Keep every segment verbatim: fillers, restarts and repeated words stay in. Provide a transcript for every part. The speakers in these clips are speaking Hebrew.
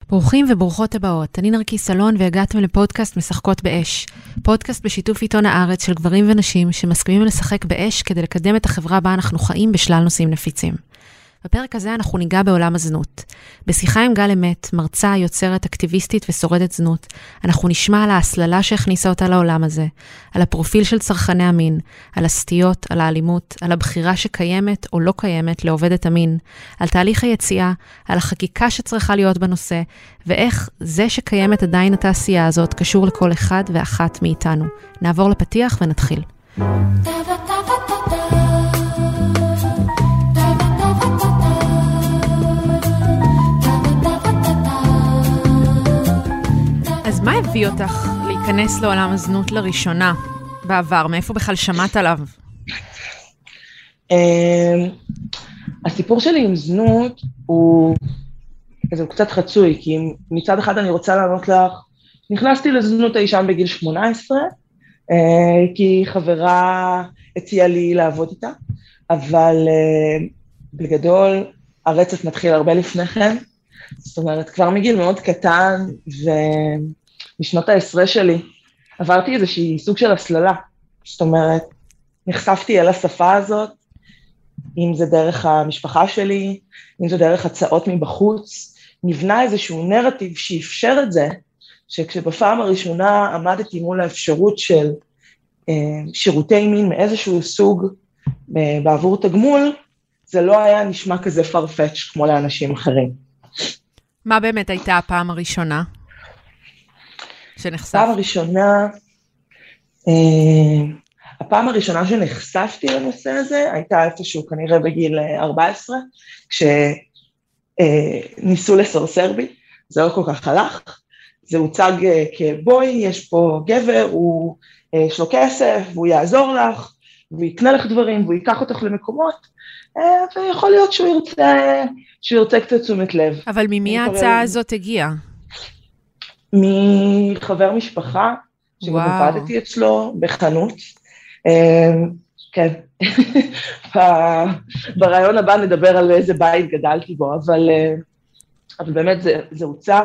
ברוכים וברוכות הבאות, אני נרקיס אלון והגעתם לפודקאסט משחקות באש. פודקאסט בשיתוף עיתון הארץ של גברים ונשים שמסכימים לשחק באש כדי לקדם את החברה בה אנחנו חיים בשלל נושאים נפיצים. בפרק הזה אנחנו ניגע בעולם הזנות. בשיחה עם גל אמת, מרצה, יוצרת, אקטיביסטית ושורדת זנות, אנחנו נשמע על ההסללה שהכניסה אותה לעולם הזה, על הפרופיל של צרכני המין, על הסטיות, על האלימות, על הבחירה שקיימת או לא קיימת לעובדת המין, על תהליך היציאה, על החקיקה שצריכה להיות בנושא, ואיך זה שקיימת עדיין התעשייה הזאת קשור לכל אחד ואחת מאיתנו. נעבור לפתיח ונתחיל. אז מה הביא אותך להיכנס לעולם הזנות לראשונה בעבר? מאיפה בכלל שמעת עליו? הסיפור שלי עם זנות הוא קצת חצוי, כי מצד אחד אני רוצה לענות לך, נכנסתי לזנות האישם בגיל שמונה עשרה, כי חברה הציעה לי לעבוד איתה, אבל בגדול הרצף מתחיל הרבה לפני כן, זאת אומרת, כבר מגיל מאוד קטן, ומשנות העשרה שלי, עברתי איזושהי סוג של הסללה, זאת אומרת, נחשפתי אל השפה הזאת, אם זה דרך המשפחה שלי, אם זה דרך הצעות מבחוץ, נבנה איזשהו נרטיב שאפשר את זה, שכשבפעם הראשונה עמדתי מול האפשרות של אה, שירותי מין מאיזשהו סוג אה, בעבור תגמול, זה לא היה נשמע כזה farfetch כמו לאנשים אחרים. מה באמת הייתה הפעם הראשונה שנחשף? הפעם הראשונה, אה, הפעם הראשונה שנחשפתי לנושא הזה, הייתה איפשהו כנראה בגיל ארבע עשרה, כשניסו לסרסר בי, זה לא כל כך הלך, זה הוצג כבוי, יש פה גבר, הוא יש לו כסף, והוא יעזור לך, והוא יקנה לך דברים, והוא ייקח אותך למקומות, ויכול להיות שהוא ירצה, שהוא ירצה קצת תשומת לב. אבל ממי ההצעה הזאת הגיעה? מחבר משפחה, שגם עבדתי אצלו בחנות, כן, ברעיון הבא נדבר על איזה בית גדלתי בו, אבל, אבל באמת זה, זה הוצא,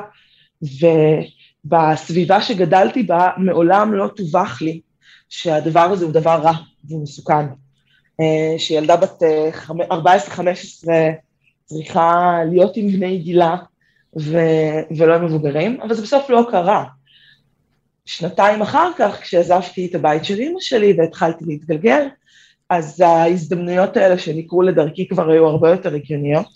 ובסביבה שגדלתי בה מעולם לא תובח לי שהדבר הזה הוא דבר רע והוא מסוכן, שילדה בת ארבע עשרה חמש עשרה צריכה להיות עם בני גילה ו, ולא עם מבוגרים, אבל זה בסוף לא קרה. שנתיים אחר כך, כשעזבתי את הבית של אמא שלי והתחלתי להתגלגל, אז ההזדמנויות האלה שנקרו לדרכי כבר היו הרבה יותר הגיוניות.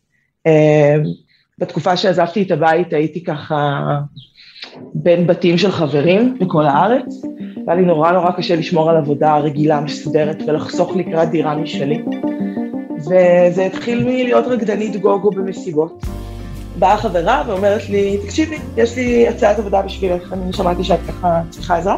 בתקופה שעזבתי את הבית הייתי ככה בין בתים של חברים בכל הארץ, והיה לי נורא נורא קשה לשמור על עבודה רגילה מסודרת ולחסוך לקראת דירה משלי. וזה התחיל מלהיות רקדנית גוגו במסיבות. באה חברה ואומרת לי, תקשיבי, יש לי הצעת עבודה בשבילך, אני שמעתי שאת ככה צריכה עזרה,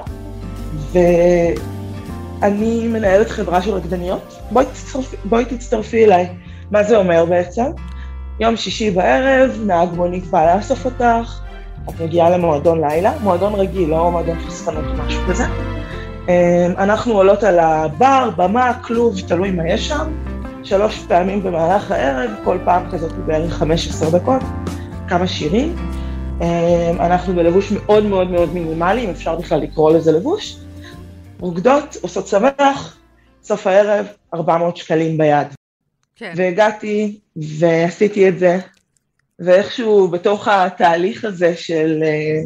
ואני מנהלת חברה של רקדניות, בואי תצטרפי, בואי תצטרפי אליי. מה זה אומר בעצם? יום שישי בערב, נהג מונית בא לאסוף אותך, את מגיעה למועדון לילה, מועדון רגיל, לא מועדון חסכנות או משהו כזה. אנחנו עולות על הבר, במה, כלוב, תלוי מה יש שם, שלוש פעמים במהלך הערב, כל פעם כזאת בערך חמש עשרה דקות, כמה שירים. אנחנו בלבוש מאוד מאוד מאוד מינימלי, אם אפשר בכלל לקרוא לזה לבוש. רוקדות, עושות שמח, סוף הערב, ארבע מאות שקלים ביד. כן. והגעתי ועשיתי את זה, ואיכשהו בתוך התהליך הזה של,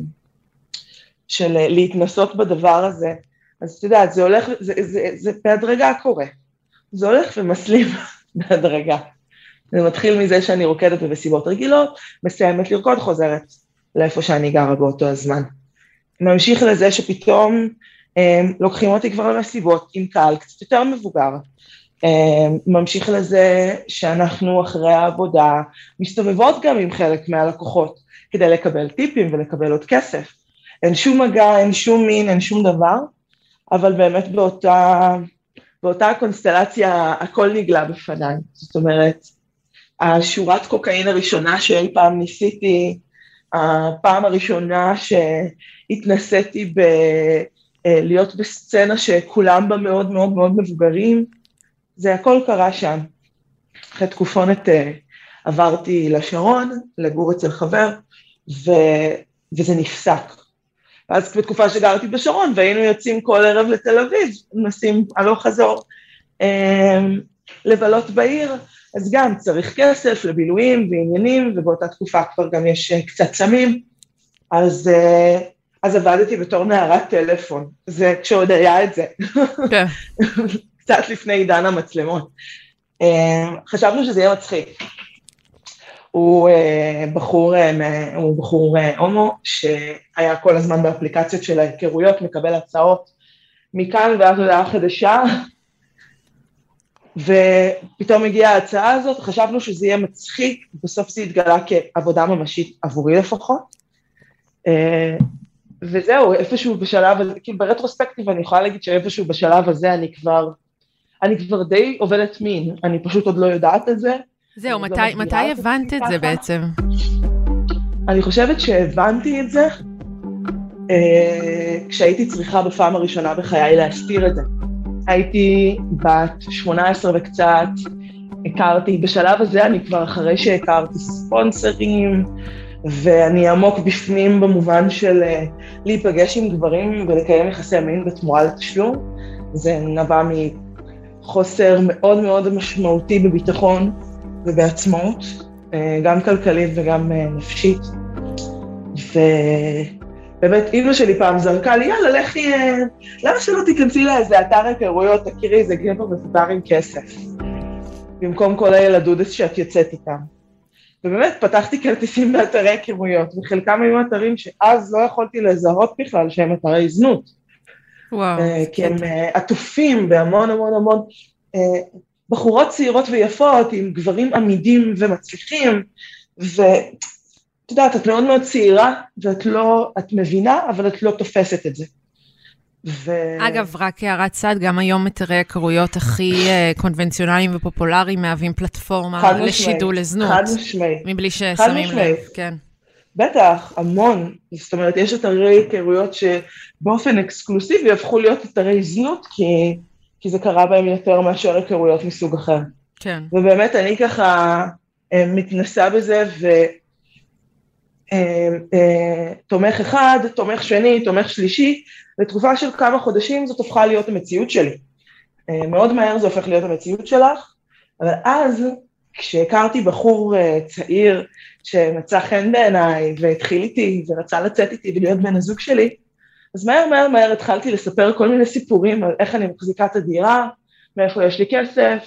של להתנסות בדבר הזה, אז אתה יודע, זה הולך, זה, זה, זה בהדרגה קורה. זה הולך ומסלים בהדרגה. זה מתחיל מזה שאני רוקדת במסיבות רגילות, מסיימת לרקוד, חוזרת לאיפה שאני גרה באותו הזמן. ממשיך לזה שפתאום הם, לוקחים אותי כבר למסיבות עם קהל קצת יותר מבוגר. הם, ממשיך לזה שאנחנו אחרי העבודה מסתובבות גם עם חלק מהלקוחות, כדי לקבל טיפים ולקבל עוד כסף. אין שום מגע, אין שום מין, אין שום דבר, אבל באמת באותה... באותה קונסטלציה הכל נגלה בפניי, זאת אומרת, השורת קוקאין הראשונה שאי פעם ניסיתי, הפעם הראשונה שהתנסיתי ב... להיות בסצנה שכולם בה מאוד מאוד מאוד מבוגרים, זה הכל קרה שם. אחרי תקופונת עברתי לשרון, לגור אצל חבר, ו, וזה נפסק. ואז בתקופה שגרתי בשרון, והיינו יוצאים כל ערב לתל אביב, נוסעים הלוך חזור, לבלות בעיר, אז גם צריך כסף לבילויים ועניינים, ובאותה תקופה כבר גם יש קצת סמים, אז, אז עבדתי בתור נערת טלפון, זה כשעוד היה את זה, כן. קצת לפני עידן המצלמות. חשבנו שזה יהיה מצחיק. הוא בחור, הוא בחור הומו, שהיה כל הזמן באפליקציות של ההיכרויות, מקבל הצעות מכאן ועד הודעה חדשה, ופתאום הגיעה ההצעה הזאת, חשבנו שזה יהיה מצחיק, בסוף זה התגלה כעבודה ממשית עבורי לפחות, וזהו, איפשהו בשלב הזה, כאילו ברטרוספקטיב אני יכולה להגיד שאיפשהו בשלב הזה אני כבר, אני כבר די עובדת מין, אני פשוט עוד לא יודעת את זה. זהו, מתי, מתי הבנת את זה בעצם? אני חושבת שהבנתי את זה, כשהייתי צריכה בפעם הראשונה בחיי להסתיר את זה. הייתי בת שמונה עשרה וקצת, הכרתי, בשלב הזה אני כבר אחרי שהכרתי ספונסרים, ואני עמוק בפנים במובן של להיפגש עם גברים ולקיים יחסי מין בתמורה לתשלום, זה נבע מחוסר מאוד מאוד משמעותי בביטחון ובעצמאות, גם כלכלית וגם נפשית, ובאמת אמא שלי פעם זרקה לי, יאללה, לכי, למה שלא תיכנסי לאיזה אתר היכרויות, תכירי איזה גבר מפוטר עם כסף, במקום כל הילדודס שאת יוצאת איתם. ובאמת פתחתי כרטיסים באתרי היכרויות, וחלקם היו אתרים שאז לא יכולתי לזהות בכלל שהם אתרי זנות. וואו. כי הם עטופים בהמון המון המון בחורות צעירות ויפות, עם גברים עמידים ומצליחים, ואת יודעת, את מאוד מאוד צעירה, ואת לא, את מבינה, אבל את לא תופסת את זה. ו... אגב, רק הערת צד, גם היום אתרי היכרויות הכי קונבנציונליים ופופולריים, מהווים פלטפורמה לשידול לזנות. חד משמעית. מבלי ששמים לב, כן. בטח, המון. זאת אומרת, יש אתרי היכרויות שבאופן אקסקלוסיבי הפכו להיות אתרי זנות, כי, כי זה קרה בהם יותר מאשר היכרויות מסוג אחר. כן. ובאמת, אני ככה מתנסה בזה, ו... תומך אחד, תומך שני, תומך שלישי, לתקופה של כמה חודשים זאת הופכה להיות המציאות שלי. מאוד מהר זה הופך להיות המציאות שלך, אבל אז כשהכרתי בחור צעיר שמצא חן בעיניי והתחיל איתי ורצה לצאת איתי ולהיות בן הזוג שלי, אז מהר מהר מהר התחלתי לספר כל מיני סיפורים על איך אני מחזיקה את הדירה, מאיפה יש לי כסף,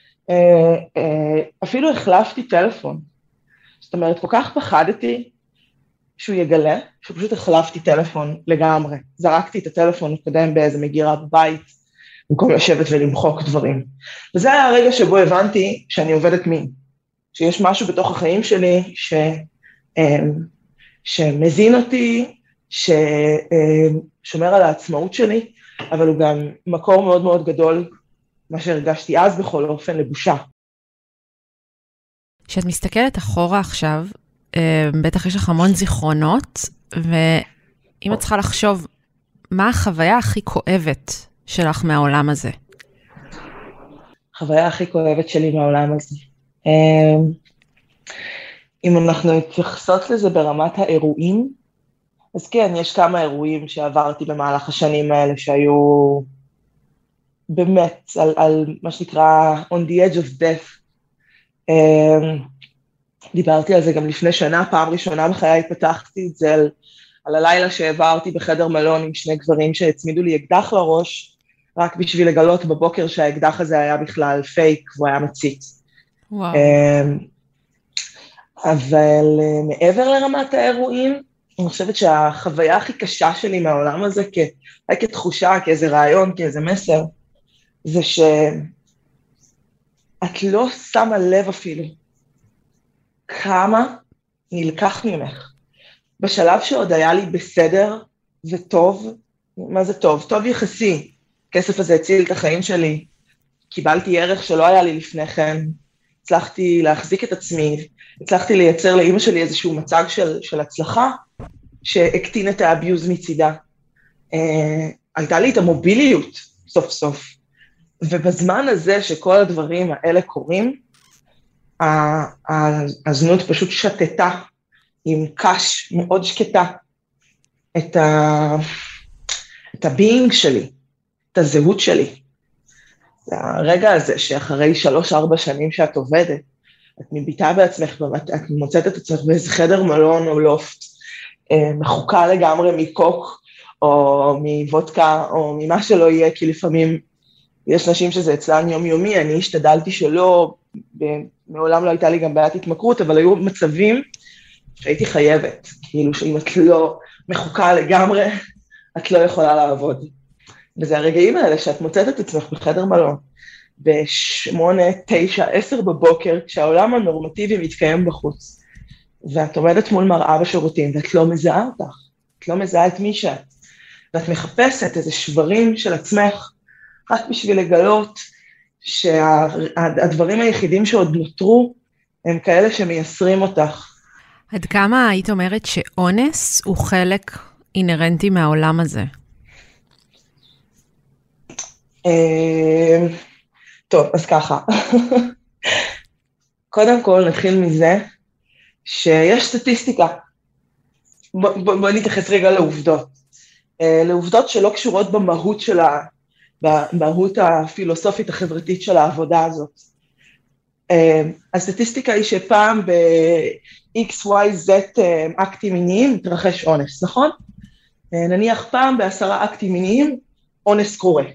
אפילו החלפתי טלפון. זאת אומרת, כל כך פחדתי שהוא יגלה, שפשוט החלפתי טלפון לגמרי. זרקתי את הטלפון הקודם באיזה מגירה בבית, במקום לשבת ולמחוק דברים. וזה היה הרגע שבו הבנתי שאני עובדת מין, שיש משהו בתוך החיים שלי ש, שמזין אותי, ששומר על העצמאות שלי, אבל הוא גם מקור מאוד מאוד גדול, מה שהרגשתי אז בכל אופן, לבושה. כשאת מסתכלת אחורה עכשיו, בטח יש לך המון זיכרונות, ואם את צריכה לחשוב, מה החוויה הכי כואבת שלך מהעולם הזה? החוויה הכי כואבת שלי מהעולם הזה. אם אנחנו מתייחסות לזה ברמת האירועים, אז כן, יש כמה אירועים שעברתי במהלך השנים האלה, שהיו באמת על, על מה שנקרא on the edge of death. דיברתי על זה גם לפני שנה, פעם ראשונה בחיי פתחתי את זה על, על הלילה שהעברתי בחדר מלון עם שני גברים שהצמידו לי אקדח לראש, רק בשביל לגלות בבוקר שהאקדח הזה היה בכלל פייק, והוא היה מציץ. וואו. אבל מעבר לרמת האירועים, אני חושבת שהחוויה הכי קשה שלי מהעולם הזה, כ- כתחושה, כאיזה רעיון, כאיזה מסר, זה שאת לא שמה לב אפילו, כמה נלקח ממך. בשלב שעוד היה לי בסדר וטוב, מה זה טוב? טוב יחסי. הכסף הזה הציל את החיים שלי, קיבלתי ערך שלא היה לי לפני כן, הצלחתי להחזיק את עצמי, הצלחתי לייצר לאמא שלי איזשהו מצג של, של הצלחה, שהקטין את האביוז מצידה. אה, הייתה לי את המוביליות סוף סוף, ובזמן הזה שכל הדברים האלה קורים, הזנות פשוט שתתה עם קש מאוד שקטה, את ה... את הביינג שלי, את הזהות שלי. הרגע הזה שאחרי שלוש, ארבע שנים שאת עובדת, את מביטה בעצמך, את מוצאת את עצמך באיזה חדר מלון או לופט, מחוקה לגמרי מקוק, או מוודקה, או ממה שלא יהיה, כי לפעמים יש נשים שזה אצלן יומיומי, אני השתדלתי שלא, מעולם לא הייתה לי גם בעיית התמכרות, אבל היו מצבים שהייתי חייבת, כאילו שאם את לא מחוקה לגמרי, את לא יכולה לעבוד. וזה הרגעים האלה שאת מוצאת את עצמך בחדר מלון, בשמונה, תשע, עשר בבוקר, כשהעולם הנורמטיבי מתקיים בחוץ, ואת עומדת מול מראה בשירותים, ואת לא מזהה אותך, את לא מזהה את מי שאת, ואת מחפשת איזה שברים של עצמך, רק בשביל לגלות שהדברים היחידים שעוד נותרו, הם כאלה שמייסרים אותך. עד כמה היית אומרת שאונס הוא חלק אינרנטי מהעולם הזה? טוב, אז ככה. קודם כל נתחיל מזה שיש סטטיסטיקה. בוא נתייחס רגע לעובדות. לעובדות שלא קשורות במהות של ה... במהות הפילוסופית החברתית של העבודה הזאת. הסטטיסטיקה היא שפעם ב-X, Y, Z אקטים מיניים מתרחש אונס, נכון? נניח פעם בעשרה אקטים מיניים אונס קורה.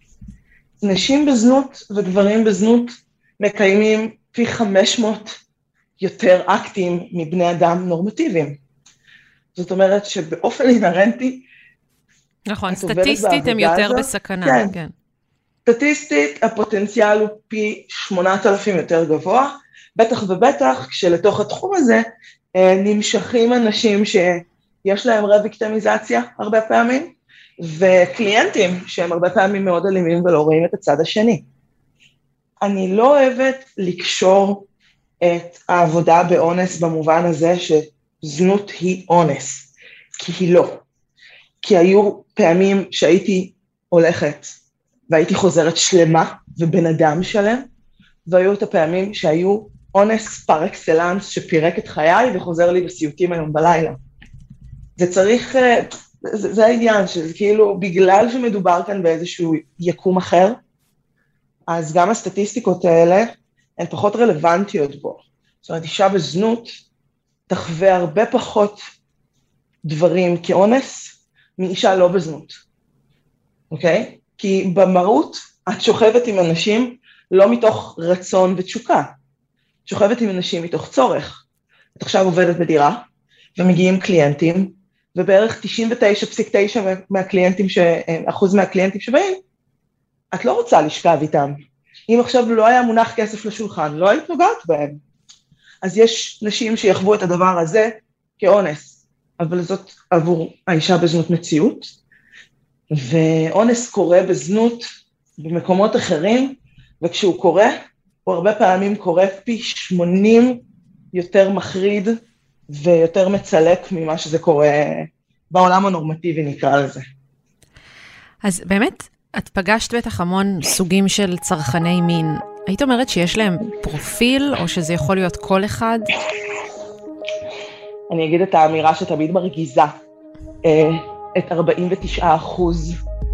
נשים בזנות וגברים בזנות מקיימים פי חמש מאות יותר אקטים מבני אדם נורמטיביים. זאת אומרת שבאופן אינרנטי, נכון, סטטיסטית הם יותר הזאת, בסכנה. כן. כן. סטטיסטית הפוטנציאל הוא פי שמונת אלפים יותר גבוה, בטח ובטח כשלתוך התחום הזה נמשכים אנשים שיש להם רוויקטימיזציה הרבה פעמים, וקליינטים שהם הרבה פעמים מאוד אלימים ולא רואים את הצד השני. אני לא אוהבת לקשור את העבודה באונס במובן הזה שזנות היא אונס, כי היא לא. כי היו פעמים שהייתי הולכת והייתי חוזרת שלמה ובן אדם שלם, והיו את הפעמים שהיו אונס פר אקסלנס שפירק את חיי וחוזר לי בסיוטים היום בלילה. זה צריך... זה, זה העניין, שזה כאילו, בגלל שמדובר כאן באיזשהו יקום אחר, אז גם הסטטיסטיקות האלה הן פחות רלוונטיות בו. זאת אומרת, אישה בזנות תחווה הרבה פחות דברים כאונס מאישה לא בזנות. אוקיי? כי במהות את שוכבת עם אנשים לא מתוך רצון ותשוקה, שוכבת עם אנשים מתוך צורך. את עכשיו עובדת בדירה, ומגיעים קליינטים, ובערך תשעים ותשע נקודה תשע מהקליינטים, ש... אחוז מהקליינטים שבאים, את לא רוצה לשכב איתם. אם עכשיו לא היה מונח כסף לשולחן, לא היית נוגעת בהם. אז יש נשים שיחוו את הדבר הזה כאונס, אבל זאת עבור האישה בזנות מציאות, ואונס קורה בזנות במקומות אחרים, וכשהוא קורה, הוא הרבה פעמים קורה פי שמונים יותר מחריד, ויותר מצלק ממה שזה קורה בעולם הנורמטיבי, נקרא לזה. אז באמת, את פגשת בטח המון סוגים של צרכני מין. היית אומרת שיש להם פרופיל, או שזה יכול להיות כל אחד? אני אגיד את האמירה שתמיד מרגיזה. את ארבעים ותשעה אחוז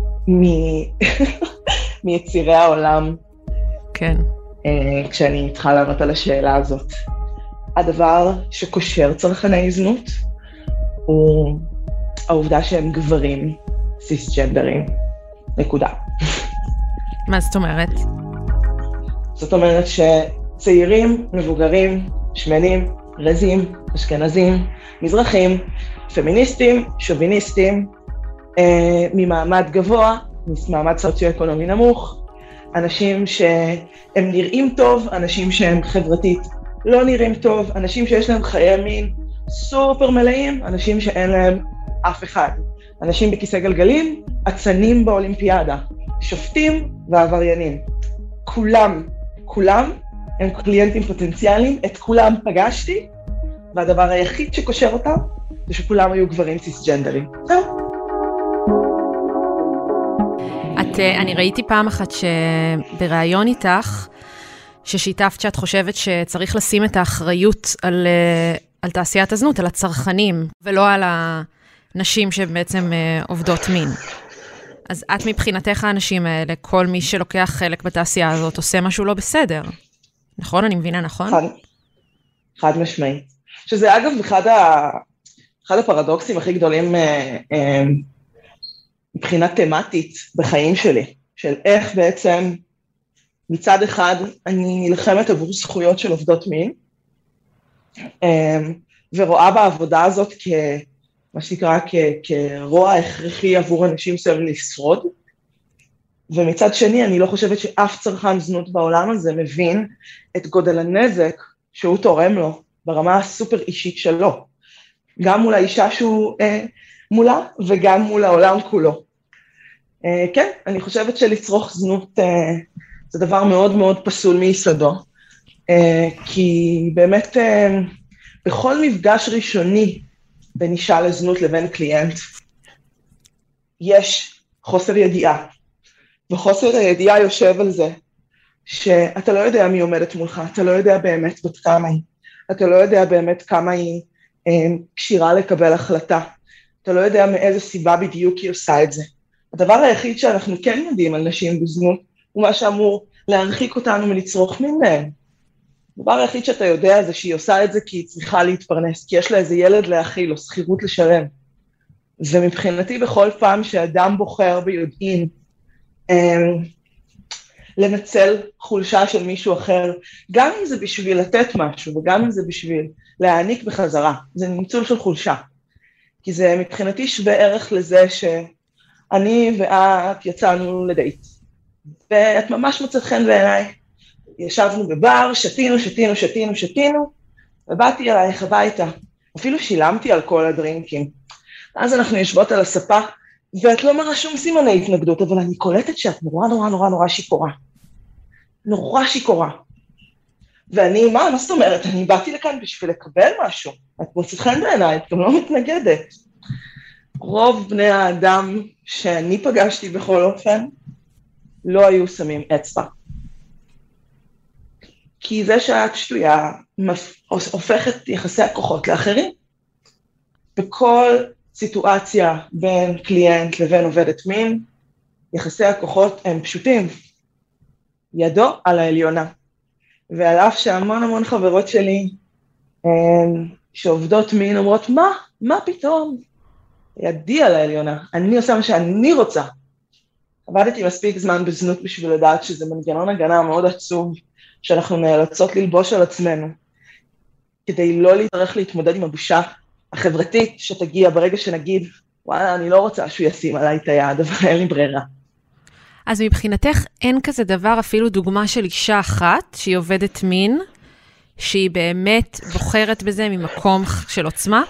מיצירי העולם. כן. כשאני צריכה לענות על השאלה הזאת. הדבר שקושר צרכני זנות הוא העובדה שהם גברים סיסג'נדרים. נקודה. מה זאת אומרת? זאת אומרת שצעירים, מבוגרים, שמנים, רזים, אשכנזים, מזרחים, פמיניסטים, שוביניסטים, אה, ממעמד גבוה, ממעמד סוציו-אקונומי נמוך, אנשים שהם נראים טוב, אנשים שהם חברתית לא נראים טוב, אנשים שיש להם חיי מין סופר מלאים, אנשים שאין להם אף אחד. אנשים בכיסא גלגלים, עצנים באולימפיאדה, שופטים ועבריינים. כולם, כולם הם קליינטים פוטנציאליים, את כולם פגשתי, והדבר היחיד שקושר אותם, זה שכולם היו גברים סיסג'נדרים. זהו. את, אני ראיתי פעם אחת שבראיון איתך, ששיתפת שאת חושבת שצריך לשים את האחריות על, על תעשיית הזנות, על הצרכנים, ולא על הנשים שבעצם עובדות מין. אז את מבחינתך האנשים האלה, כל מי שלוקח חלק בתעשייה הזאת, עושה משהו לא בסדר. נכון? אני מבינה, נכון? חד, חד משמעית. שזה אגב אחד, ה, אחד הפרדוקסים הכי גדולים אה, אה, מבחינה תמטית בחיים שלי, של איך בעצם מצד אחד אני נלחמת עבור זכויות של עובדות מין, אה, ורואה בעבודה הזאת כ... מה שנקרא כרוע הכרחי עבור אנשים מסוימים לשרוד, ומצד שני אני לא חושבת שאף צרכן זנות בעולם הזה מבין את גודל הנזק שהוא תורם לו ברמה הסופר אישית שלו, גם מול האישה שהוא אה, מולה וגם מול העולם כולו. אה, כן, אני חושבת שלצרוך זנות אה, זה דבר מאוד מאוד פסול מיסודו, אה, כי באמת אה, בכל מפגש ראשוני, בין אישה לזנות לבין קליינט, יש חוסר ידיעה, וחוסר הידיעה יושב על זה, שאתה לא יודע מי עומדת מולך, אתה לא יודע באמת בת כמה היא, אתה לא יודע באמת כמה היא אה, קשירה לקבל החלטה, אתה לא יודע מאיזה סיבה בדיוק היא עושה את זה. הדבר היחיד שאנחנו כן יודעים על נשים בזנות, הוא מה שאמור להרחיק אותנו מלצרוך מין מהן. הדבר היחיד שאתה יודע זה שהיא עושה את זה כי היא צריכה להתפרנס, כי יש לה איזה ילד להכיל או שכירות לשלם. ומבחינתי בכל פעם שאדם בוחר ביודעין אה, לנצל חולשה של מישהו אחר, גם אם זה בשביל לתת משהו וגם אם זה בשביל להעניק בחזרה, זה ניצול של חולשה. כי זה מבחינתי שווה ערך לזה שאני ואת יצאנו לדייט, ואת ממש מוצאת חן בעיניי, ישבנו בבר, שתינו, שתינו, שתינו, שתינו, ובאתי אלייך הביתה, אפילו שילמתי על כל הדרינקים. אז אנחנו יושבות על הספה, ואת לא מראה שום סימני התנגדות, אבל אני קולטת שאת נורא נורא נורא נורא שיקורה. נורא שיקורה. ואני, מה, מה זאת אומרת? אני באתי לכאן בשביל לקבל משהו. את מוצאת חן בעיניי, את גם לא מתנגדת. רוב בני האדם שאני פגשתי בכל אופן, לא היו שמים אצבע. כי זה שאת שטויה, הופכת יחסי הכוחות לאחרים. בכל סיטואציה בין קליינט לבין עובדת מין, יחסי הכוחות הם פשוטים. ידו על העליונה. ועל אף שהמון המון חברות שלי, שעובדות מין, אומרות, מה? מה פתאום? ידי על העליונה. אני עושה מה שאני רוצה. עבדתי מספיק זמן בזנות בשביל לדעת שזה מנגנון הגנה מאוד עצוב, שאנחנו נאלצות ללבוש על עצמנו, כדי לא להתארך להתמודד עם הבושה החברתית שתגיע ברגע שנגיד, וואלה, אני לא רוצה שהוא ישים עליי את היד, אבל אין לי ברירה. אז מבחינתך אין כזה דבר, אפילו דוגמה של אישה אחת, שהיא עובדת מין, שהיא באמת בוחרת בזה ממקום של עוצמה?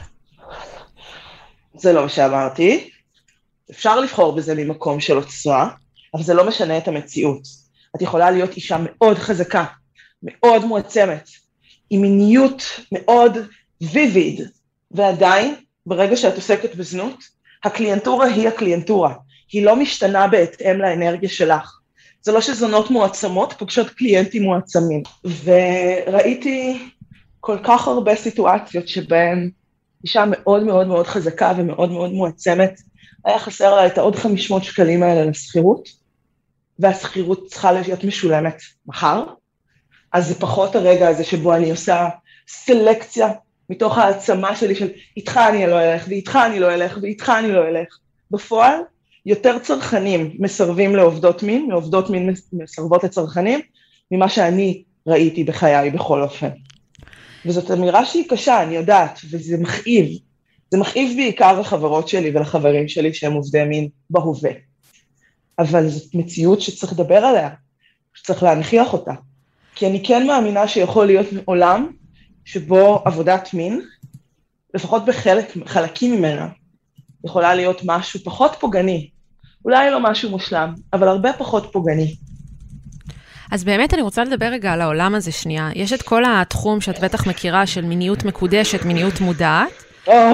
זה לא מה שאמרתי. אפשר לבחור בזה ממקום של עוצמה, אבל זה לא משנה את המציאות. את יכולה להיות אישה מאוד חזקה, מאוד מועצמת, עם מיניות מאוד ויביד, ועדיין, ברגע שאת עוסקת בזנות, הקליינטורה היא הקליינטורה, היא לא משתנה בהתאם לאנרגיה שלך. זה לא שזונות מועצמות, פוגשות קליינטים מועצמים. וראיתי כל כך הרבה סיטואציות שבהן אישה מאוד מאוד מאוד חזקה ומאוד מאוד מועצמת, היה חסר לה את העוד חמש מאות שקלים האלה לסחירות, והסחירות צריכה להיות משולמת מחר, אז זה פחות הרגע הזה שבו אני עושה סלקציה מתוך העצמה שלי של איתך אני לא אלך, ואיתך אני לא אלך, ואיתך אני לא אלך. בפועל, יותר צרכנים מסרבים לעובדות מין, מעובדות מין מסרבות לצרכנים, ממה שאני ראיתי בחיי בכל אופן. וזאת אמירה שהיא קשה, אני יודעת, וזה מכאיב. זה מכאיב בעיקר לחברות שלי ולחברים שלי שהם עובדי מין בהווה. אבל זאת מציאות שצריך לדבר עליה, שצריך להנכיח אותה. כי אני כן מאמינה שיכול להיות עולם שבו עבודת מין, לפחות בחלק, חלקים ממנה, יכולה להיות משהו פחות פוגעני. אולי לא משהו מושלם, אבל הרבה פחות פוגעני. אז באמת אני רוצה לדבר רגע על העולם הזה שנייה. יש את כל התחום שאת בטח מכירה של מיניות מקודשת, מיניות מודעת. Oh.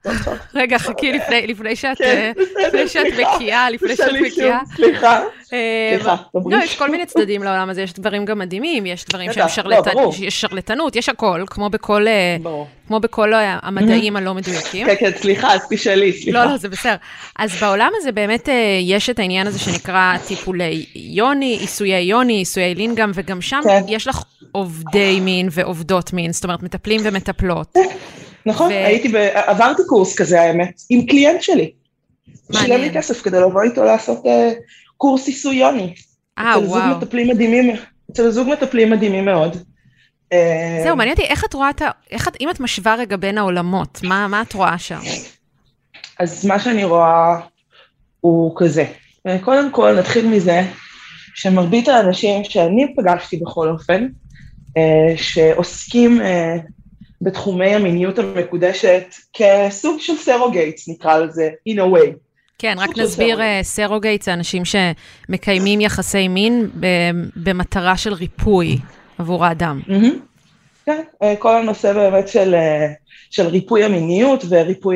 רגע, חכי לפני שאת בקיאה, לפני שאת בקיאה. סליחה, סליחה. לא, יש כל מיני צדדים לעולם הזה, יש דברים גם מדהימים, יש דברים שהם שרלטנות, יש הכל, כמו בכל המדעים הלא מדויקים. כן, כן, סליחה, אז תשאלי, סליחה. לא, לא, זה בסדר. אז בעולם הזה באמת יש את העניין הזה שנקרא טיפולי יוני, עיסויי יוני, עיסויי לינגאם, וגם שם יש לך עובדי מין ועובדות מין, זאת אומרת, מטפלים ומטפלות. נכון, הייתי, עברתי קורס כזה, האמת, עם קליינט שלי. שילם לי כסף כדי לבוא איתו לעשות קורס עיסוי יוני. אה, וואו. אצל זוג מטפלים מדהימים, אצל זוג מטפלים מדהימים מאוד. זהו, מעניין אותי, איך את רואה את ה... אם את משווה רגע בין העולמות, מה את רואה שם? אז מה שאני רואה הוא כזה. קודם כל, נתחיל מזה, שמרבית האנשים שאני פגשתי בכל אופן, שעוסקים בתחומי המיניות המקודשת, כסוג של סרוגייטס, נקרא לזה, in a way. כן, רק נסביר, סרוגייטס זה אנשים שמקיימים יחסי מין במטרה של ריפוי עבור האדם. כן, כל הנושא באמת של ריפוי המיניות וריפוי,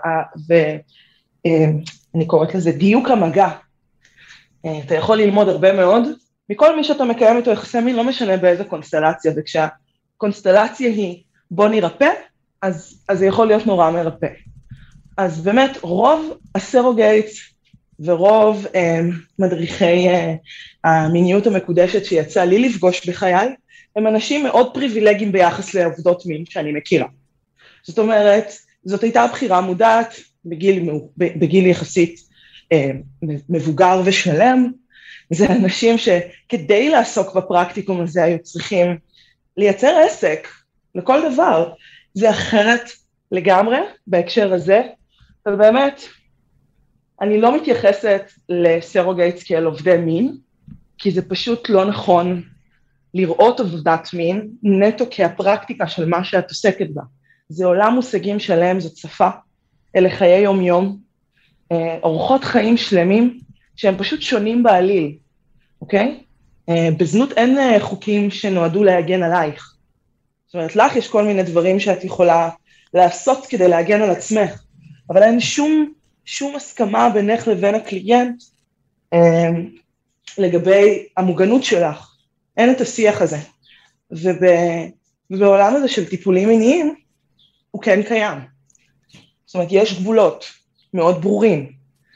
ואני קוראת לזה דיוק המגע. אתה יכול ללמוד הרבה מאוד, מכל מי שאתה מקיים איתו יחסי מין, לא משנה באיזה קונסטלציה, וכשהקונסטלציה היא בוא נרפא, אז, אז זה יכול להיות נורא מרפא. אז באמת רוב הסרוגייטס ורוב אה, מדריכי אה, המיניות המקודשת שיצא לי לפגוש בחיי, הם אנשים מאוד פריבילגיים ביחס לעובדות מין שאני מכירה. זאת אומרת, זאת הייתה בחירה מודעת בגיל, בגיל יחסית אה, מבוגר ושלם, זה אנשים שכדי לעסוק בפרקטיקום הזה היו צריכים לייצר עסק לכל דבר, זה אחרת לגמרי בהקשר הזה, ובאמת, אני לא מתייחסת לסרוגייטס כאל עובדי מין, כי זה פשוט לא נכון לראות עבודת מין, נטו כהפרקטיקה של מה שאת עוסקת בה. זה עולם מושגים שלם, זאת שפה, אלה חיי יום-יום, אורחות חיים שלמים, שהם פשוט שונים בעליל, אוקיי? בזנות אין חוקים שנועדו להגן עלייך. זאת אומרת, לך יש כל מיני דברים שאת יכולה לעשות כדי להגן על עצמך, אבל אין שום, שום הסכמה בינך לבין הקליינט אה, לגבי המוגנות שלך. אין את השיח הזה. וב, ובעולם הזה של טיפולים מיניים, הוא כן קיים. זאת אומרת, יש גבולות מאוד ברורים.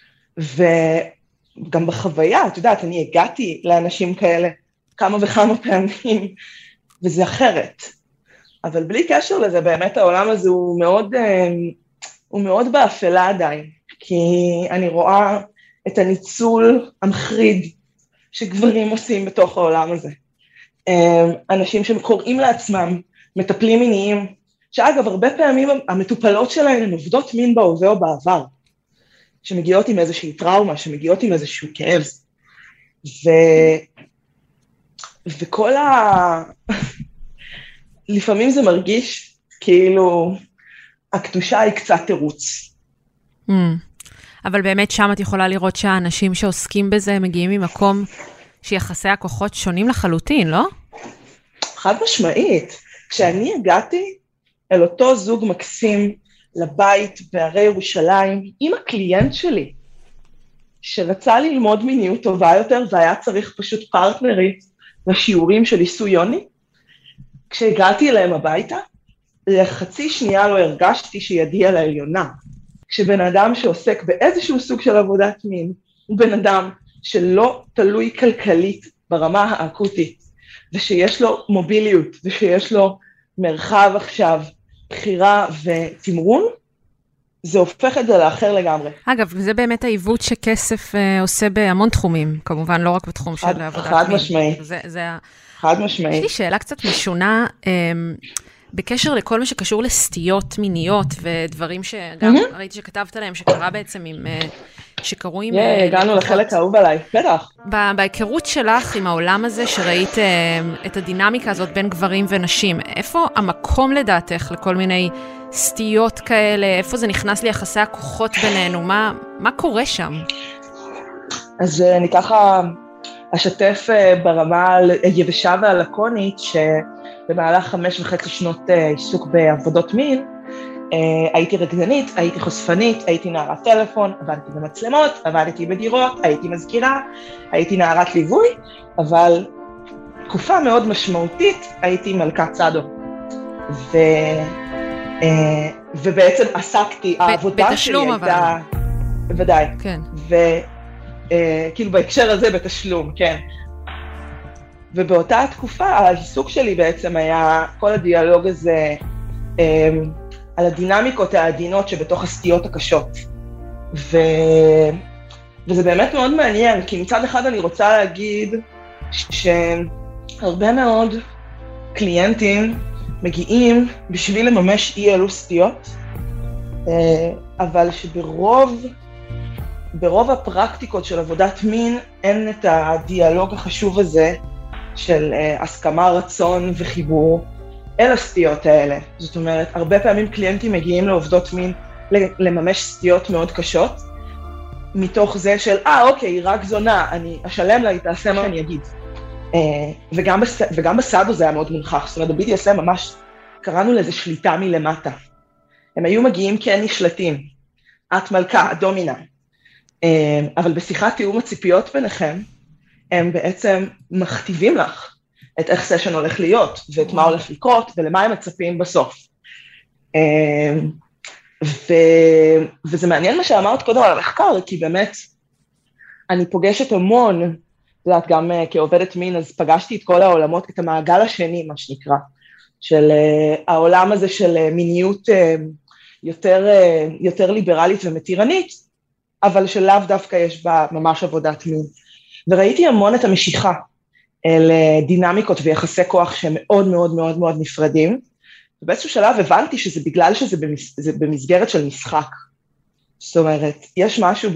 וגם בחוויה, את יודעת, אני הגעתי לאנשים כאלה כמה וכמה פעמים, וזה אחרת. אבל בלי קשר לזה, באמת העולם הזה הוא מאוד, הוא מאוד באפלה עדיין, כי אני רואה את הניצול המחריד שגברים עושים בתוך העולם הזה. אנשים שקוראים לעצמם מטפלים מיניים, שאגב, הרבה פעמים המטופלות שלהם הן עובדות מין בהווה או בעבר, שמגיעות עם איזושהי טראומה, שמגיעות עם איזשהו כאב. ו... וכל ה... לפעמים זה מרגיש כאילו הקדושה היא קצת תירוץ. Mm. אבל באמת שם את יכולה לראות שהאנשים שעוסקים בזה מגיעים ממקום שיחסי הכוחות שונים לחלוטין, לא? חד משמעית. כשאני הגעתי אל אותו זוג מקסים לבית בהרי ירושלים, עם הקליינט שלי, שרצה ללמוד מיניות טובה יותר, והיה צריך פשוט פרטנרית לשיעורים של עיסוי יוני, כשהגעתי אליהם הביתה, לחצי שנייה לא הרגשתי שידי על העליונה. כשבן אדם שעוסק באיזשהו סוג של עבודת מין, הוא בן אדם שלא תלוי כלכלית ברמה האקוטית, ושיש לו מוביליות, ושיש לו מרחב עכשיו, בחירה ותמרון, זה הופך את זה לאחר לגמרי. אגב, זה באמת העיוות שכסף אה, עושה בהמון תחומים, כמובן לא רק בתחום של עבודת מין. חד משמעית. זה, זה... חד משמעית. יש לי שאלה קצת משונה, אה, בקשר לכל מה שקשור לסטיות מיניות, ודברים שגם mm-hmm. ראיתי שכתבת עליהם, שקרה בעצם עם... אה, שקרו עם... Yeah, הגענו לחלק האהוב עליי, בטח. בהיכרות שלך עם העולם הזה, שראית uh, את הדינמיקה הזאת בין גברים ונשים, איפה המקום לדעתך לכל מיני סטיות כאלה, איפה זה נכנס ליחסי הכוחות בינינו, מה, מה קורה שם? אז uh, אני ככה אשתף uh, ברמה היבשה והלקונית, שבמהלך חמש וחצי שנות uh, עיסוק בעבודות מין, הייתי רקדנית, הייתי חושפנית, הייתי נערת טלפון, עבדתי במצלמות, עבדתי בדירות, הייתי מזכירה, הייתי נערת ליווי, אבל תקופה מאוד משמעותית הייתי מלכת צדו. ו... ובעצם עסקתי, העבודה שלי הייתה... בוודאי. כן. וכאילו בהקשר הזה בתשלום, כן. ובאותה התקופה העיסוק שלי בעצם היה כל הדיאלוג הזה על הדינמיקות העדינות שבתוך הסטיות הקשות. ו... וזה באמת מאוד מעניין, כי מצד אחד אני רוצה להגיד שהרבה מאוד קליינטים מגיעים בשביל לממש אי אלו סטיות, אבל שברוב ברוב הפרקטיקות של עבודת מין אין את הדיאלוג החשוב הזה של הסכמה, רצון וחיבור אל הסטיות האלה. זאת אומרת, הרבה פעמים קליינטים מגיעים לעובדות מין לממש סטיות מאוד קשות, מתוך זה של, אה, אוקיי, היא רק זונה, אני אשלם לה, היא תעשה מה אני אגיד. וגם, בס... וגם בסאדו זה היה מאוד מונחח, זאת אומרת, ב-בי די אס אם ממש קראנו לזה שליטה מלמטה. הם היו מגיעים כן נשלטים, את מלכה, דומינה, אבל בשיחת תיאום הציפיות ביניכם, הם בעצם מכתיבים לך את איך סשן הולך להיות, ואת מה הולך לקרות, ולמה הם מצפים בסוף. ו... וזה מעניין מה שאמרת קודם על המחקר, כי באמת אני פוגשת המון, יודעת, גם כעובדת מין, אז פגשתי את כל העולמות, את המעגל השני, מה שנקרא, של העולם הזה של מיניות יותר, יותר ליברלית ומתירנית, אבל שלאו דווקא יש בה ממש עבודת מין. וראיתי המון את המשיכה אל דינמיקות ויחסי כוח שהם מאוד מאוד מאוד מאוד נפרדים, ובאיזשהו שלב הבנתי שזה בגלל שזה במס, במסגרת של משחק. זאת אומרת, יש משהו ב,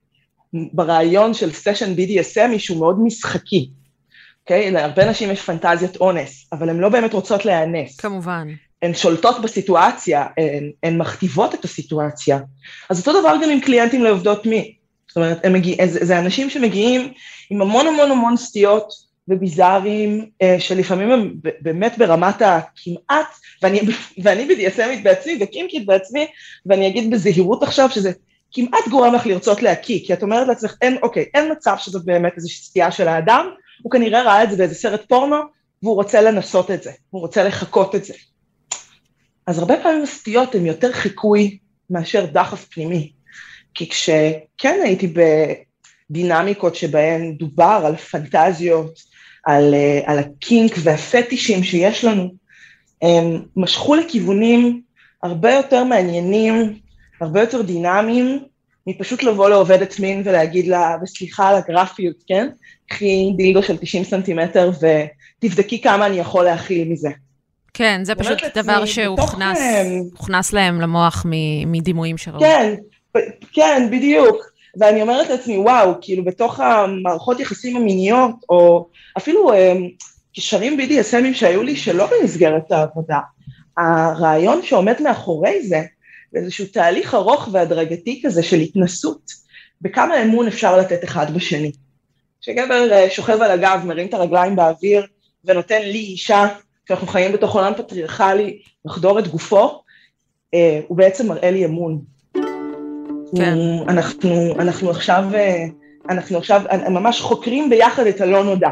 ברעיון של סשן בי די אס אם שהוא מאוד משחקי, אוקיי? להרבה נשים יש פנטזיות אונס, אבל הן לא באמת רוצות להיאנס. כמובן. הן שולטות בסיטואציה, הן, הן מכתיבות את הסיטואציה. אז אותו דבר גם עם קליינטים לעובדות מין. זאת אומרת, מגיע, זה, זה אנשים שמגיעים עם המון המון המון סטיות וביזארים, שלפעמים הם באמת ברמת הכמעט, ואני, ואני בי די אס אמית בעצמי וקימקית בעצמי, ואני אגיד בזהירות עכשיו שזה כמעט גורם לך לרצות להקיא, כי את אומרת לעצמך, אין, אוקיי, אין מצב שזאת באמת איזושהי סטייה של האדם, הוא כנראה ראה את זה באיזה סרט פורנו, והוא רוצה לנסות את זה, הוא רוצה לחכות את זה. אז הרבה פעמים הסטיות הן יותר חיקוי מאשר דחף פנימי, כי כשכן הייתי בדינמיקות שבהן דובר על פנטזיות, על, על הקינק והפטישים שיש לנו, הם משכו לכיוונים הרבה יותר מעניינים, הרבה יותר דינמיים, מפשוט לבוא לעובדת מין ולהגיד לה, וסליחה על הגרפיות, כן? קחי דילדו של תשעים סנטימטר ותבדקי כמה אני יכול להכיל מזה. כן, זה פשוט דבר שהוכנס הוכנס להם למוח מדימויים שראו. כן, כן, בדיוק. ואני אומרת לעצמי, וואו, כאילו בתוך המערכות יחסים המיניות, או אפילו קשרים בי די אס אמיים שהיו לי שלא במסגרת העבודה, הרעיון שעומד מאחורי זה, באיזשהו תהליך ארוך והדרגתי כזה של התנסות, בכמה אמון אפשר לתת אחד בשני. שגבר שוכב על הגב, מרים את הרגליים באוויר, ונותן לי אישה, שאנחנו חיים בתוך עולם פטריארכלי, לחדור את גופו, הוא בעצם מראה לי אמון. כן. אנחנו, אנחנו עכשיו, אנחנו עכשיו ממש חוקרים ביחד את הלא נודע.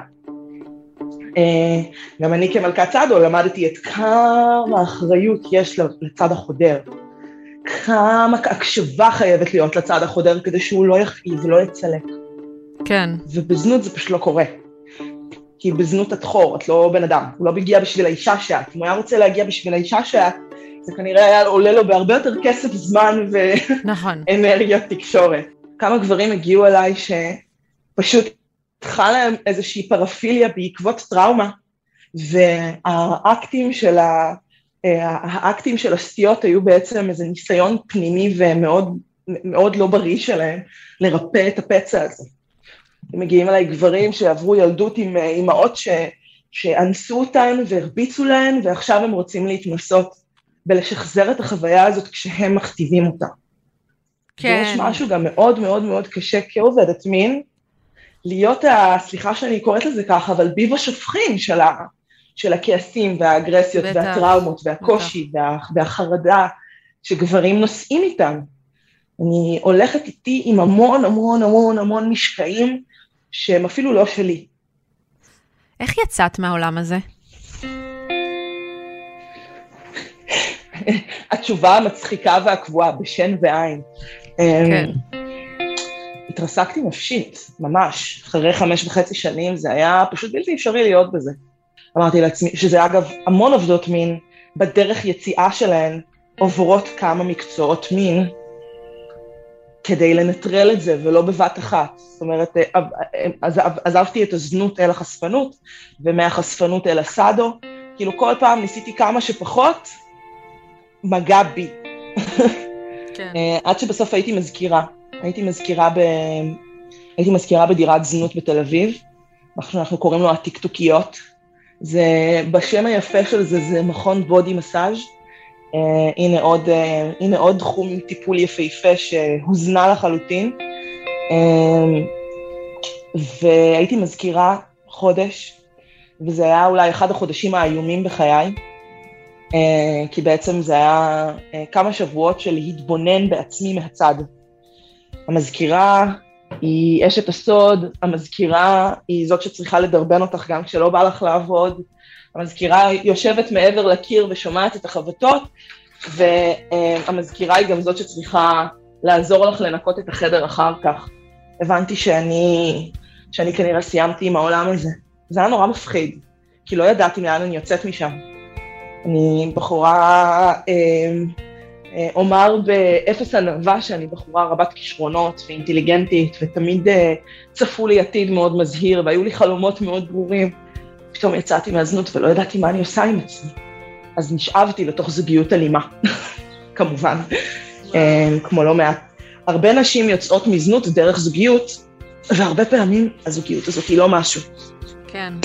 גם אני כמלכת צדו למדתי את כמה אחריות יש לצד החודר, כמה הקשבה חייבת להיות לצד החודר כדי שהוא לא יכאיב ולא יצלק. כן. ובזנות זה פשוט לא קורה. כי בזנות את חור, את לא בן אדם, הוא לא מגיע בשביל האישה שאת, אם הוא היה רוצה להגיע בשביל האישה שאת, זה כנראה היה עולה לו בהרבה יותר כסף, זמן ואנרגיה תקשורת. כמה גברים הגיעו אליי שפשוט התחלה להם איזושהי פרפיליה בעקבות טראומה, והאקטים של, ה... האקטים של הסטיות היו בעצם איזה ניסיון פנימי ומאוד מאוד לא בריא שלהם לרפא את הפצע הזה. הם מגיעים אליי גברים שעברו ילדות עם אמהות ש... שאנסו אותן והרביצו להן, ועכשיו הם רוצים להתנסות בלשחזר את החוויה הזאת כשהם מכתיבים אותה. כן. ויש משהו גם מאוד מאוד מאוד קשה כעובדת מין, להיות, ה... סליחה שאני קוראת לזה ככה, אבל ביב השופכין של, ה... של הכעסים והאגרסיות בטח, והטראומות והקושי וה... והחרדה, שגברים נושאים איתם. אני הולכת איתי עם המון המון המון המון משקעים, שהם אפילו לא שלי. איך יצאת מהעולם הזה? התשובה המצחיקה והקבועה, בשן ועין. כן. התרסקתי נפשית, ממש. אחרי חמש וחצי שנים, זה היה פשוט בלתי אפשרי להיות בזה. אמרתי לעצמי, שזה אגב המון עובדות מין, בדרך יציאה שלהן, עוברות כמה מקצועות מין, כדי לנטרל את זה, ולא בבת אחת. זאת אומרת, עזבתי את הזנות אל החשפנות, ומהחשפנות אל הסאדו, כאילו כל פעם ניסיתי כמה שפחות, מגע בי. כן. עד שבסוף הייתי מזכירה, הייתי מזכירה, ב... הייתי מזכירה בדירת זנות בתל אביב, אנחנו, אנחנו קוראים לו הטיקטוקיות, זה, בשם היפה של זה, זה מכון בודי מסאז', Uh, הנה עוד, uh, הנה עוד תחום טיפול יפהפה שהוזנה לחלוטין, uh, והייתי מזכירה חודש, וזה היה אולי אחד החודשים האיומים בחיי, uh, כי בעצם זה היה uh, כמה שבועות של להתבונן בעצמי מהצד. המזכירה היא אשת הסוד, המזכירה היא זאת שצריכה לדרבן אותך גם כשלא בא לך לעבוד, המזכירה יושבת מעבר לקיר ושומעת את החבטות, והמזכירה היא גם זאת שצריכה לעזור לך לנקות את החדר אחר כך. הבנתי שאני, שאני כנראה סיימתי עם העולם הזה. זה היה נורא מפחיד, כי לא ידעתי לאן אני יוצאת משם. אני בחורה, אומר באפס ענווה שאני בחורה רבת כישרונות ואינטליגנטית, ותמיד צפו לי עתיד מאוד מזהיר, והיו לי חלומות מאוד ברורים. פתאום יצאתי מהזנות ולא ידעתי מה אני עושה עם עצמי. אז נשאבתי לתוך זוגיות אלימה, כמובן, כמו לא מעט. הרבה נשים יוצאות מזנות דרך זוגיות, והרבה פעמים הזוגיות הזאת היא לא משהו. כן.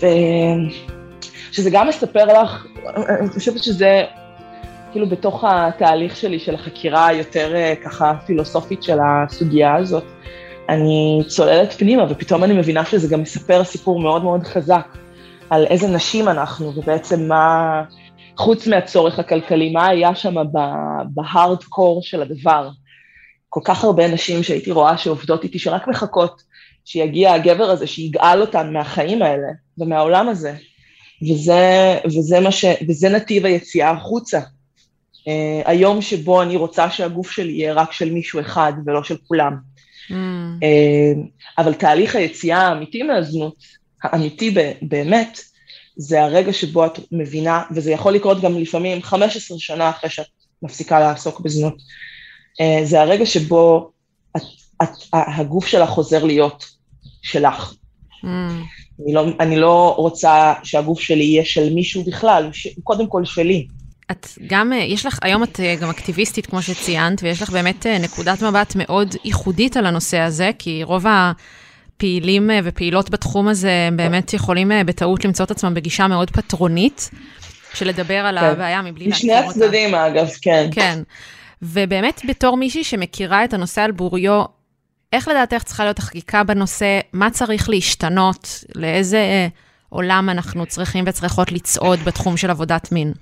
ושזה גם מספר לך, אני חושבת שזה כאילו בתוך התהליך שלי של החקירה היותר ככה פילוסופית של הסוגיה הזאת, אני צוללת פנימה, ופתאום אני מבינה שזה גם מספר סיפור מאוד מאוד חזק, על איזה נשים אנחנו, ובעצם מה, חוץ מהצורך הכלכלי, מה היה שם בהארדקור של הדבר. כל כך הרבה נשים שהייתי רואה שעובדות איתי, שרק מחכות שיגיע הגבר הזה, שיגאל אותן מהחיים האלה, ומהעולם הזה. וזה, וזה מה ש, וזה נתיב היציאה החוצה. Uh, היום שבו אני רוצה שהגוף שלי יהיה רק של מישהו אחד, ולא של כולם. Mm. Uh, אבל תהליך היציאה האמיתי מהזנות, האמיתי באמת, זה הרגע שבו את מבינה, וזה יכול לקרות גם לפעמים חמש עשרה שנה אחרי שאת מפסיקה לעסוק בזנות, זה הרגע שבו את, את, הגוף שלך חוזר להיות שלך. Mm. אני, לא, אני לא רוצה שהגוף שלי יהיה של מישהו בכלל, ש, קודם כל שלי. את גם, יש לך, היום את גם אקטיביסטית כמו שציינת, ויש לך באמת נקודת מבט מאוד ייחודית על הנושא הזה, כי רוב ה... פעילים ופעילות בתחום הזה באמת יכולים בטעות למצוא את עצמם בגישה מאוד פטרונית, של לדבר על כן. הבעיה מבלי להכיר אותה. משני הצדדים אגב, כן. כן, ובאמת בתור מישהי שמכירה את הנושא על בוריו, איך לדעתך צריכה להיות החקיקה בנושא, מה צריך להשתנות, לאיזה עולם אנחנו צריכים וצריכות לצעוד בתחום של עבודת מין?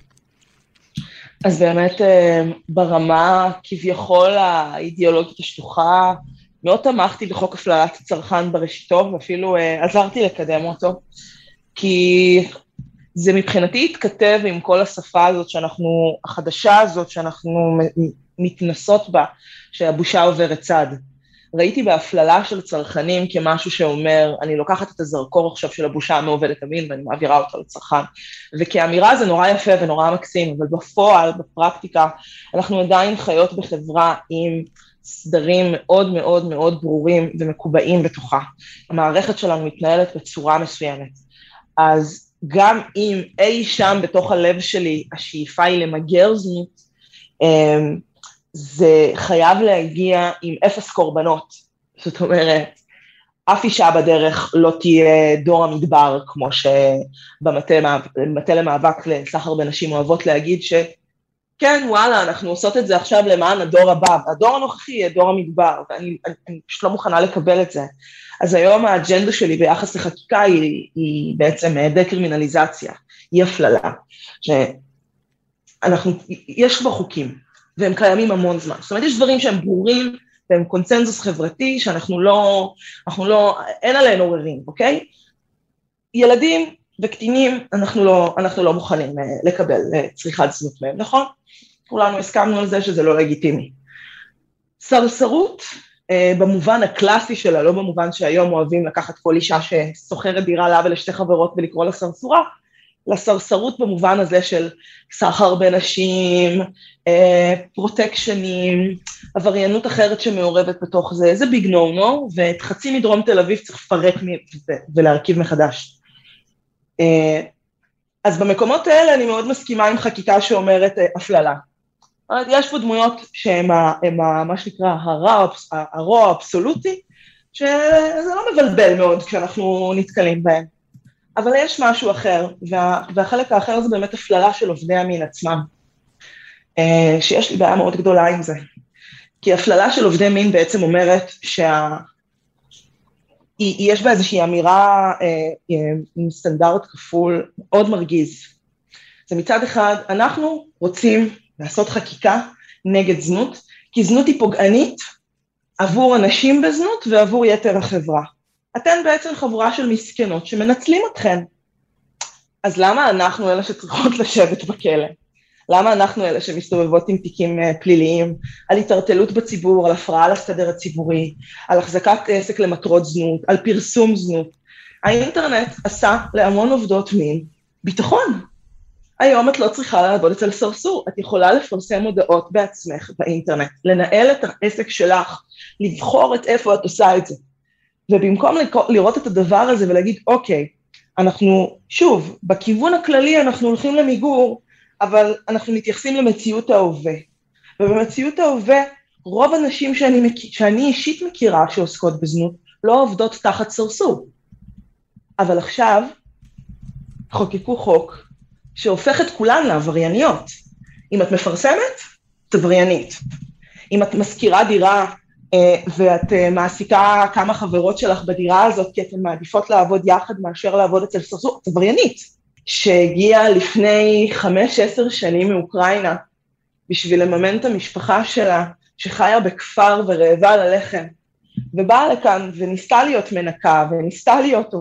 אז באמת ברמה כביכול האידיאולוגית השטוחה, מאוד תמכתי בחוק הפללת הצרכן ברשתו, ואפילו uh, עזרתי לקדם אותו, כי זה מבחינתי התכתב עם כל השפה הזאת שאנחנו, החדשה הזאת שאנחנו מתנסות בה, שהבושה עוברת צד. ראיתי בהפללה של צרכנים כמשהו שאומר, אני לוקחת את הזרקור עכשיו של הבושה המעובדת המין, ואני מעבירה אותה לצרכן. וכאמירה זה נורא יפה ונורא מקסים, אבל בפועל, בפרקטיקה, אנחנו עדיין חיות בחברה עם סדרים מאוד מאוד מאוד ברורים ומקובעים בתוכה. המערכת שלנו מתנהלת בצורה מסוימת. אז גם אם אי שם בתוך הלב שלי, השאיפה היא למגר זנות, זה חייב להגיע עם אפס קורבנות. זאת אומרת, אף אישה בדרך לא תהיה דור המדבר, כמו שבמטה למאבק לסחר בנשים אוהבות להגיד ש... כן, וואלה, אנחנו עושות את זה עכשיו למען הדור הבא, הדור הנוכחי יהיה דור המדבר, ואני אני, אני פשוט לא מוכנה לקבל את זה. אז היום האג'נדה שלי ביחס לחקיקה היא, היא בעצם דקרימינליזציה, היא הפללה, שאנחנו, יש כבר חוקים, והם קיימים המון זמן. זאת אומרת, יש דברים שהם ברורים, והם קונצנזוס חברתי, שאנחנו לא, אנחנו לא, אין עליהם עוררים, אוקיי? ילדים וקטינים, אנחנו לא, אנחנו לא מוכנים לקבל צריכת זנות מהם, נכון? כולנו הסכמנו על זה שזה לא לגיטימי. סרסרות, במובן הקלאסי שלה, לא במובן שהיום אוהבים לקחת כל אישה שסוחרת דירה לה ולשתי חברות ולקרוא לה סרסורה, לסרסרות במובן הזה של סחר בנשים, פרוטקשנים, עבריינות אחרת שמעורבת בתוך זה, זה ביג נו נו, ואת חצי מדרום תל אביב צריך לפרק ולהרכיב מחדש. אז במקומות האלה אני מאוד מסכימה עם חקיקה שאומרת הפללה. יש פה דמויות שהן מה שנקרא הרוע האבסולוטי, שזה לא מבלבל מאוד כשאנחנו נתקלים בהן. אבל יש משהו אחר, וה, והחלק האחר זה באמת הפללה של עובדי המין עצמם, שיש לי בעיה מאוד גדולה עם זה. כי הפללה של עובדי מין בעצם אומרת שה... יש בה איזושהי אמירה עם סטנדרט כפול מאוד מרגיז. זה מצד אחד, אנחנו רוצים לעשות חקיקה נגד זנות, כי זנות היא פוגענית עבור אנשים בזנות ועבור יתר החברה. אתן בעצם חבורה של מסכנות שמנצלים אתכן. אז למה אנחנו אלה שצריכות לשבת בכלא? למה אנחנו אלה שמסתובבות עם תיקים פליליים, על התערטלות בציבור, על הפרעה לסדר הציבורי, על החזקת עסק למטרות זנות, על פרסום זנות? האינטרנט עשה להמון עובדות מין ביטחון. היום את לא צריכה לעבוד אצל סרסור, את יכולה לפרסם הודעות בעצמך באינטרנט, לנהל את העסק שלך, לבחור את איפה את עושה את זה. ובמקום לראות את הדבר הזה ולהגיד, אוקיי, אנחנו, שוב, בכיוון הכללי אנחנו הולכים למיגור, אבל אנחנו מתייחסים למציאות ההווה. ובמציאות ההווה, רוב הנשים שאני, שאני אישית מכירה שעוסקות בזנות, לא עובדות תחת סרסור. אבל עכשיו, חוקקו חוק שהופך את כולן לעברייניות. אם את מפרסמת, את עבריינית. אם את מזכירה דירה, ואת מעסיקה כמה חברות שלך בדירה הזאת, כי אתן מעדיפות לעבוד יחד מאשר לעבוד אצל סרסור, את עבריינית, שהגיעה לפני חמש עשר שנים מאוקראינה, בשביל לממן את המשפחה שלה, שחיה בכפר ורעבה ללחם, ובאה לכאן וניסתה להיות מנקה, וניסתה להיות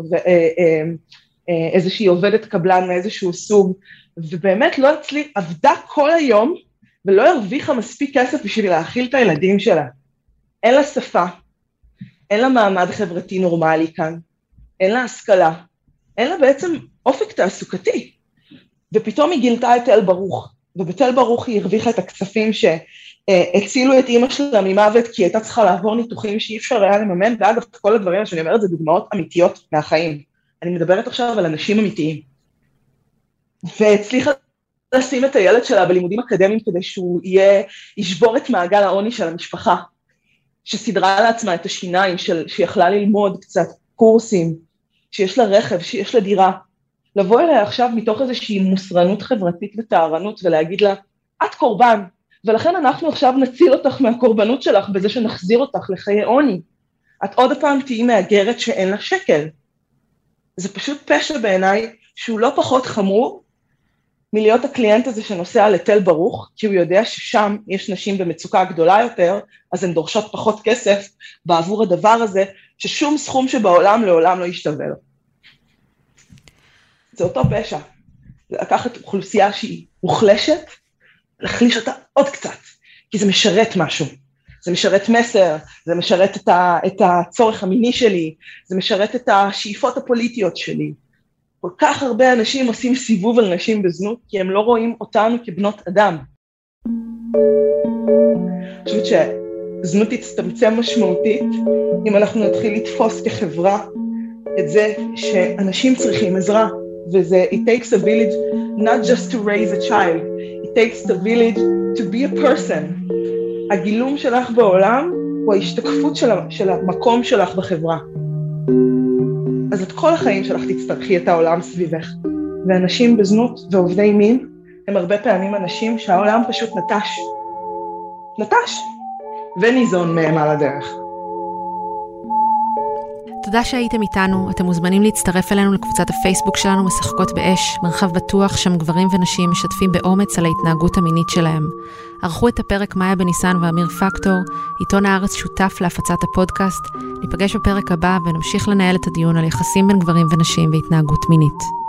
איזושהי עובדת קבלן מאיזשהו סוג, ובאמת לא הצליח, עבדה כל היום, ולא הרוויחה מספיק כסף בשביל להאכיל את הילדים שלה. אין לה שפה, אין לה מעמד חברתי נורמלי כאן, אין לה השכלה, אין לה בעצם אופק תעסוקתי. ופתאום היא גילתה את תל ברוך, ובתל ברוך היא הרוויחה את הכספים שהצילו את אמא שלה ממוות, כי היא הייתה צריכה לעבור ניתוחים שאי אפשר היה לממן, ואגב, כל הדברים שאני אומרת זה דוגמאות אמיתיות מהחיים. אני מדברת עכשיו על אנשים אמיתיים. והצליחה לשים את הילד שלה בלימודים אקדמיים, כדי שהוא יהיה, ישבור את מעגל העוני של המשפחה, שסדרה לעצמה את השיניים, של, שיכלה ללמוד קצת קורסים, שיש לה רכב, שיש לה דירה, לבוא אליה עכשיו מתוך איזושהי מוסרנות חברתית וטהרנות, ולהגיד לה, את קורבן, ולכן אנחנו עכשיו נציל אותך מהקורבנות שלך, בזה שנחזיר אותך לחיי עוני. את עוד הפעם תהיי מאגרת שאין לה שקל. זה פשוט פשע בעיניי, שהוא לא פחות חמור, מלהיות הקליינט הזה שנוסע לתל ברוך, כי הוא יודע ששם יש נשים במצוקה גדולה יותר, אז הן דורשות פחות כסף בעבור הדבר הזה, ששום סכום שבעולם לעולם לא ישתווה לו. זה אותו פשע. זה לקחת אוכלוסייה שהיא מוחלשת, להחליש אותה עוד קצת, כי זה משרת משהו. זה משרת מסר, זה משרת את, ה, את הצורך המיני שלי, זה משרת את השאיפות הפוליטיות שלי. כל כך הרבה אנשים עושים סיבוב על נשים בזנות, כי הם לא רואים אותנו כבנות אדם. אני חושבת שזנות תצטמצם משמעותית, אם אנחנו נתחיל לתפוס כחברה את זה שאנשים צריכים עזרה, וזה it takes a village not just to raise a child, it takes a village to be a person. הגילום שלך בעולם הוא ההשתקפות של, של המקום שלך בחברה. אז את כל החיים שלך תצטרכי את העולם סביבך. ואנשים בזנות ועובדי מין הם הרבה פעמים אנשים שהעולם פשוט נטש. נטש. וניזון מהם על הדרך. תודה שהייתם איתנו, אתם מוזמנים להצטרף אלינו לקבוצת הפייסבוק שלנו משחקות באש, מרחב בטוח שם גברים ונשים משתפים באומץ על ההתנהגות המינית שלהם. ערכו את הפרק מאיה בניסן ואמיר פקטור, עיתון הארץ שותף להפצת הפודקאסט, ניפגש בפרק הבא ונמשיך לנהל את הדיון על יחסים בין גברים ונשים והתנהגות מינית.